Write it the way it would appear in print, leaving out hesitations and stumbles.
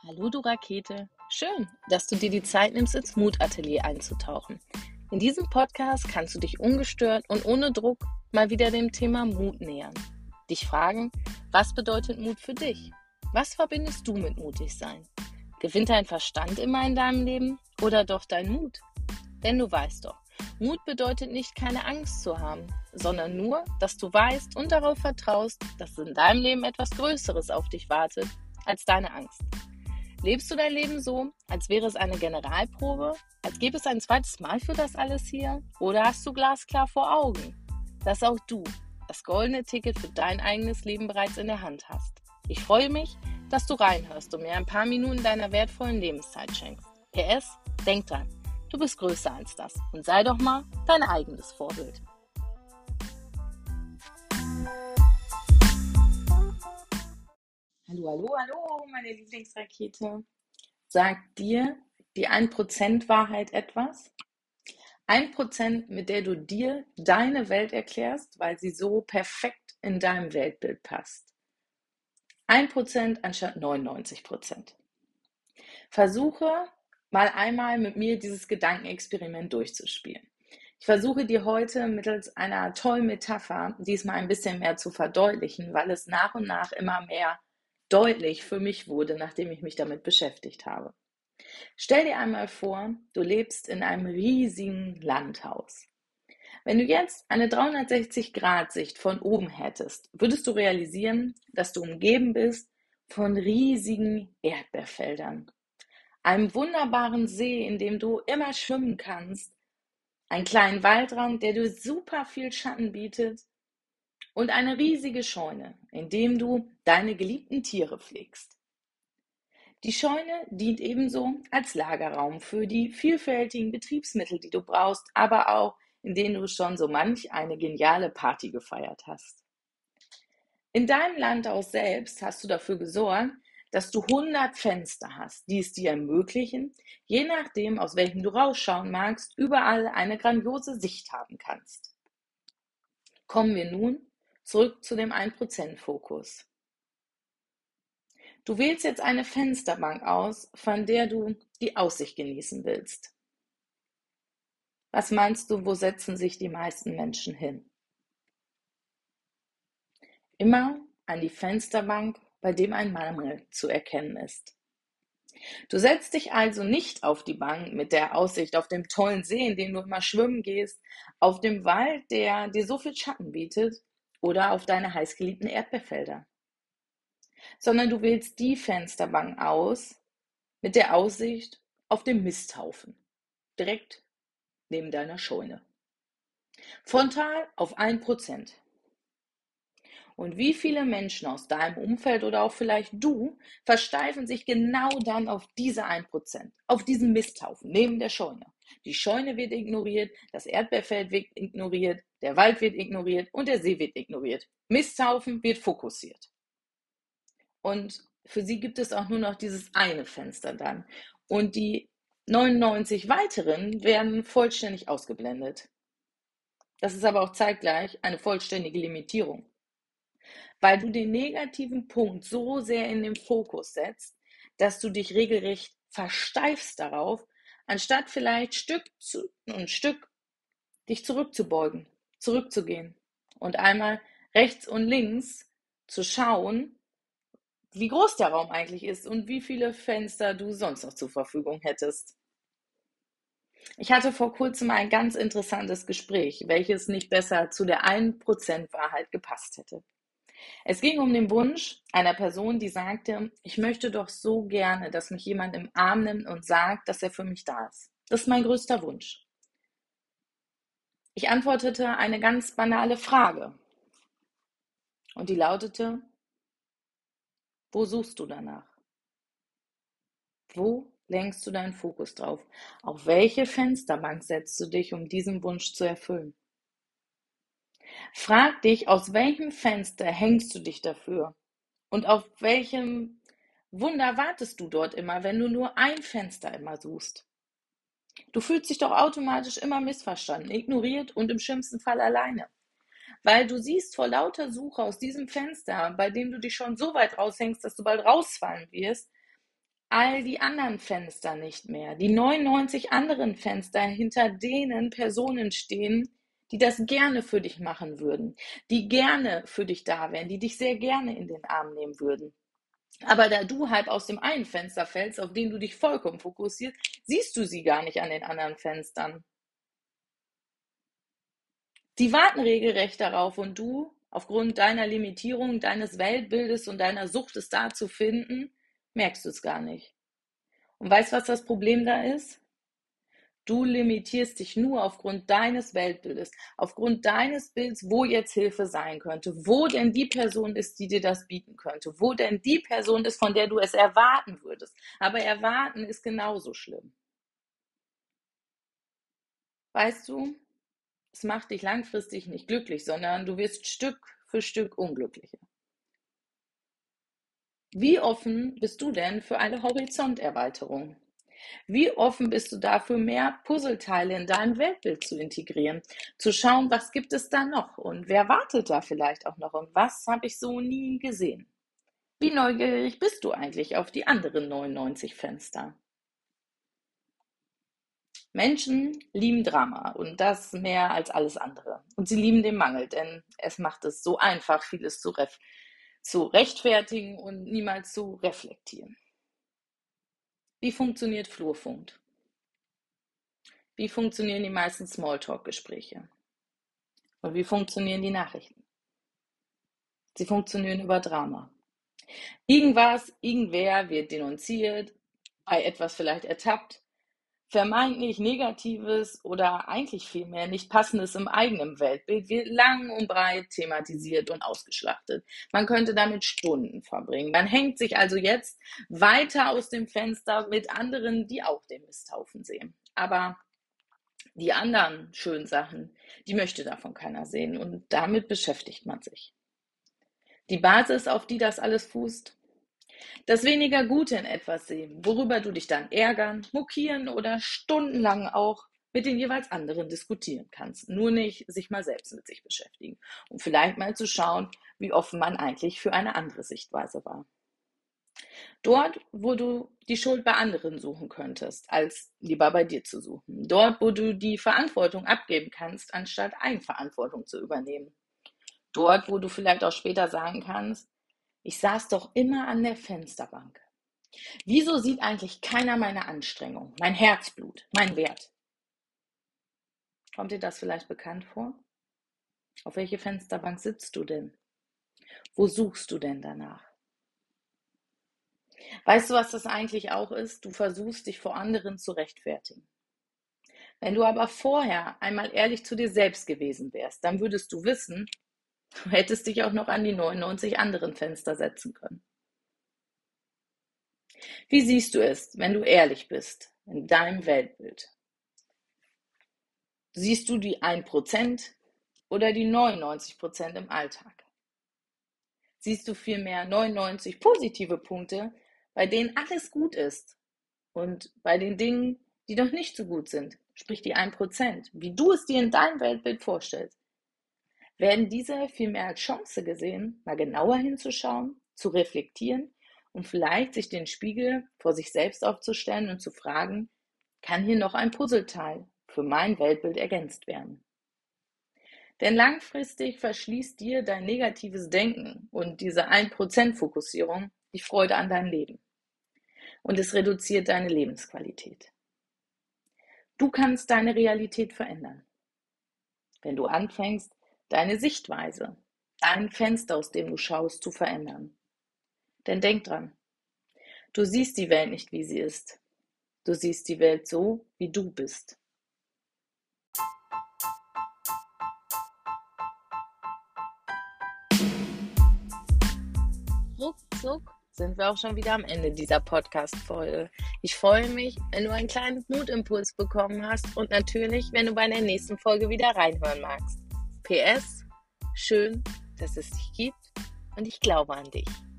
Hallo du Rakete, schön, dass du dir die Zeit nimmst, ins Mutatelier einzutauchen. In diesem Podcast kannst du dich ungestört und ohne Druck mal wieder dem Thema Mut nähern. Dich fragen, was bedeutet Mut für dich? Was verbindest du mit mutig sein? Gewinnt dein Verstand immer in deinem Leben oder doch dein Mut? Denn du weißt doch, Mut bedeutet nicht, keine Angst zu haben, sondern nur, dass du weißt und darauf vertraust, dass in deinem Leben etwas Größeres auf dich wartet als deine Angst. Lebst du dein Leben so, als wäre es eine Generalprobe? Als gäbe es ein zweites Mal für das alles hier? Oder hast du glasklar vor Augen, dass auch du das goldene Ticket für dein eigenes Leben bereits in der Hand hast? Ich freue mich, dass du reinhörst und mir ein paar Minuten deiner wertvollen Lebenszeit schenkst. PS, denk dran, du bist größer als das und sei doch mal dein eigenes Vorbild. Hallo, meine Lieblingsrakete. Sagt dir die 1% Wahrheit etwas? 1%, mit der du dir deine Welt erklärst, weil sie so perfekt in deinem Weltbild passt. 1% anstatt 99%. Versuche mal einmal mit mir dieses Gedankenexperiment durchzuspielen. Ich versuche dir heute mittels einer tollen Metapher diesmal ein bisschen mehr zu verdeutlichen, weil es nach und nach immer mehr deutlich für mich wurde, nachdem ich mich damit beschäftigt habe. Stell dir einmal vor, du lebst in einem riesigen Landhaus. Wenn du jetzt eine 360-Grad-Sicht von oben hättest, würdest du realisieren, dass du umgeben bist von riesigen Erdbeerfeldern, einem wunderbaren See, in dem du immer schwimmen kannst, einen kleinen Waldrand, der dir super viel Schatten bietet und eine riesige Scheune, in dem du deine geliebten Tiere pflegst. Die Scheune dient ebenso als Lagerraum für die vielfältigen Betriebsmittel, die du brauchst, aber auch, in denen du schon so manch eine geniale Party gefeiert hast. In deinem Landhaus selbst hast du dafür gesorgt, dass du 100 Fenster hast, die es dir ermöglichen, je nachdem, aus welchem du rausschauen magst, überall eine grandiose Sicht haben kannst. Kommen wir nun zurück zu dem 1%-Fokus. Du wählst jetzt eine Fensterbank aus, von der du die Aussicht genießen willst. Was meinst du, wo setzen sich die meisten Menschen hin? Immer an die Fensterbank, bei dem ein Mangel zu erkennen ist. Du setzt dich also nicht auf die Bank mit der Aussicht auf dem tollen See, in dem du immer schwimmen gehst, auf dem Wald, der dir so viel Schatten bietet, oder auf deine heißgeliebten Erdbeerfelder, sondern du wählst die Fensterbank aus mit der Aussicht auf den Misthaufen, direkt neben deiner Scheune. Frontal auf 1%. Und wie viele Menschen aus deinem Umfeld oder auch vielleicht du versteifen sich genau dann auf diese 1%, auf diesen Misthaufen neben der Scheune. Die Scheune wird ignoriert, das Erdbeerfeld wird ignoriert, der Wald wird ignoriert und der See wird ignoriert. Misthaufen wird fokussiert. Und für sie gibt es auch nur noch dieses eine Fenster dann. Und die 99 weiteren werden vollständig ausgeblendet. Das ist aber auch zeitgleich eine vollständige Limitierung, weil du den negativen Punkt so sehr in den Fokus setzt, dass du dich regelrecht versteifst darauf, anstatt vielleicht Stück und Stück dich zurückzubeugen, zurückzugehen und einmal rechts und links zu schauen, wie groß der Raum eigentlich ist und wie viele Fenster du sonst noch zur Verfügung hättest. Ich hatte vor kurzem ein ganz interessantes Gespräch, welches nicht besser zu der 1% Wahrheit gepasst hätte. Es ging um den Wunsch einer Person, die sagte, ich möchte doch so gerne, dass mich jemand im Arm nimmt und sagt, dass er für mich da ist. Das ist mein größter Wunsch. Ich antwortete eine ganz banale Frage und die lautete, wo suchst du danach? Wo lenkst du deinen Fokus drauf? Auf welche Fensterbank setzt du dich, um diesen Wunsch zu erfüllen? Frag dich, aus welchem Fenster hängst du dich dafür? Und auf welchem Wunder wartest du dort immer, wenn du nur ein Fenster immer suchst? Du fühlst dich doch automatisch immer missverstanden, ignoriert und im schlimmsten Fall alleine. Weil du siehst vor lauter Suche aus diesem Fenster, bei dem du dich schon so weit raushängst, dass du bald rausfallen wirst, all die anderen Fenster nicht mehr. Die 99 anderen Fenster, hinter denen Personen stehen, die das gerne für dich machen würden, die gerne für dich da wären, die dich sehr gerne in den Arm nehmen würden. Aber da du halb aus dem einen Fenster fällst, auf den du dich vollkommen fokussierst, siehst du sie gar nicht an den anderen Fenstern. Die warten regelrecht darauf und du, aufgrund deiner Limitierung, deines Weltbildes und deiner Sucht, es da zu finden, merkst du es gar nicht. Und weißt du, was das Problem da ist? Du limitierst dich nur aufgrund deines Weltbildes, aufgrund deines Bilds, wo jetzt Hilfe sein könnte, wo denn die Person ist, die dir das bieten könnte, wo denn die Person ist, von der du es erwarten würdest. Aber erwarten ist genauso schlimm. Weißt du, es macht dich langfristig nicht glücklich, sondern du wirst Stück für Stück unglücklicher. Wie offen bist du denn für eine Horizonterweiterung? Wie offen bist du dafür, mehr Puzzleteile in dein Weltbild zu integrieren, zu schauen, was gibt es da noch und wer wartet da vielleicht auch noch und was habe ich so nie gesehen? Wie neugierig bist du eigentlich auf die anderen 99 Fenster? Menschen lieben Drama und das mehr als alles andere. Und sie lieben den Mangel, denn es macht es so einfach, vieles zu rechtfertigen und niemals zu reflektieren. Wie funktioniert Flurfunk? Wie funktionieren die meisten Smalltalk-Gespräche? Und wie funktionieren die Nachrichten? Sie funktionieren über Drama. Irgendwas, irgendwer wird denunziert, bei etwas vielleicht ertappt, vermeintlich Negatives oder eigentlich vielmehr nicht Passendes im eigenen Weltbild wird lang und breit thematisiert und ausgeschlachtet. Man könnte damit Stunden verbringen. Man hängt sich also jetzt weiter aus dem Fenster mit anderen, die auch den Misthaufen sehen. Aber die anderen schönen Sachen, die möchte davon keiner sehen und damit beschäftigt man sich. Die Basis, auf die das alles fußt, das weniger Gute in etwas sehen, worüber du dich dann ärgern, mokieren oder stundenlang auch mit den jeweils anderen diskutieren kannst. Nur nicht sich mal selbst mit sich beschäftigen und vielleicht mal zu schauen, wie offen man eigentlich für eine andere Sichtweise war. Dort, wo du die Schuld bei anderen suchen könntest, als lieber bei dir zu suchen. Dort, wo du die Verantwortung abgeben kannst, anstatt Eigenverantwortung zu übernehmen. Dort, wo du vielleicht auch später sagen kannst, ich saß doch immer an der Fensterbank. Wieso sieht eigentlich keiner meine Anstrengung, mein Herzblut, mein Wert? Kommt dir das vielleicht bekannt vor? Auf welche Fensterbank sitzt du denn? Wo suchst du denn danach? Weißt du, was das eigentlich auch ist? Du versuchst, dich vor anderen zu rechtfertigen. Wenn du aber vorher einmal ehrlich zu dir selbst gewesen wärst, dann würdest du wissen, du hättest dich auch noch an die 99 anderen Fenster setzen können. Wie siehst du es, wenn du ehrlich bist in deinem Weltbild? Siehst du die 1% oder die 99% im Alltag? Siehst du vielmehr 99 positive Punkte, bei denen alles gut ist und bei den Dingen, die noch nicht so gut sind, sprich die 1%, wie du es dir in deinem Weltbild vorstellst? Werden diese vielmehr als Chance gesehen, mal genauer hinzuschauen, zu reflektieren und vielleicht sich den Spiegel vor sich selbst aufzustellen und zu fragen, kann hier noch ein Puzzleteil für mein Weltbild ergänzt werden? Denn langfristig verschließt dir dein negatives Denken und diese 1%-Fokussierung die Freude an deinem Leben. Und es reduziert deine Lebensqualität. Du kannst deine Realität verändern, wenn du anfängst, deine Sichtweise, dein Fenster, aus dem du schaust, zu verändern. Denn denk dran, du siehst die Welt nicht, wie sie ist. Du siehst die Welt so, wie du bist. Ruckzuck sind wir auch schon wieder am Ende dieser Podcast-Folge. Ich freue mich, wenn du einen kleinen Mutimpuls bekommen hast und natürlich, wenn du bei der nächsten Folge wieder reinhören magst. PS, schön, dass es dich gibt und ich glaube an dich.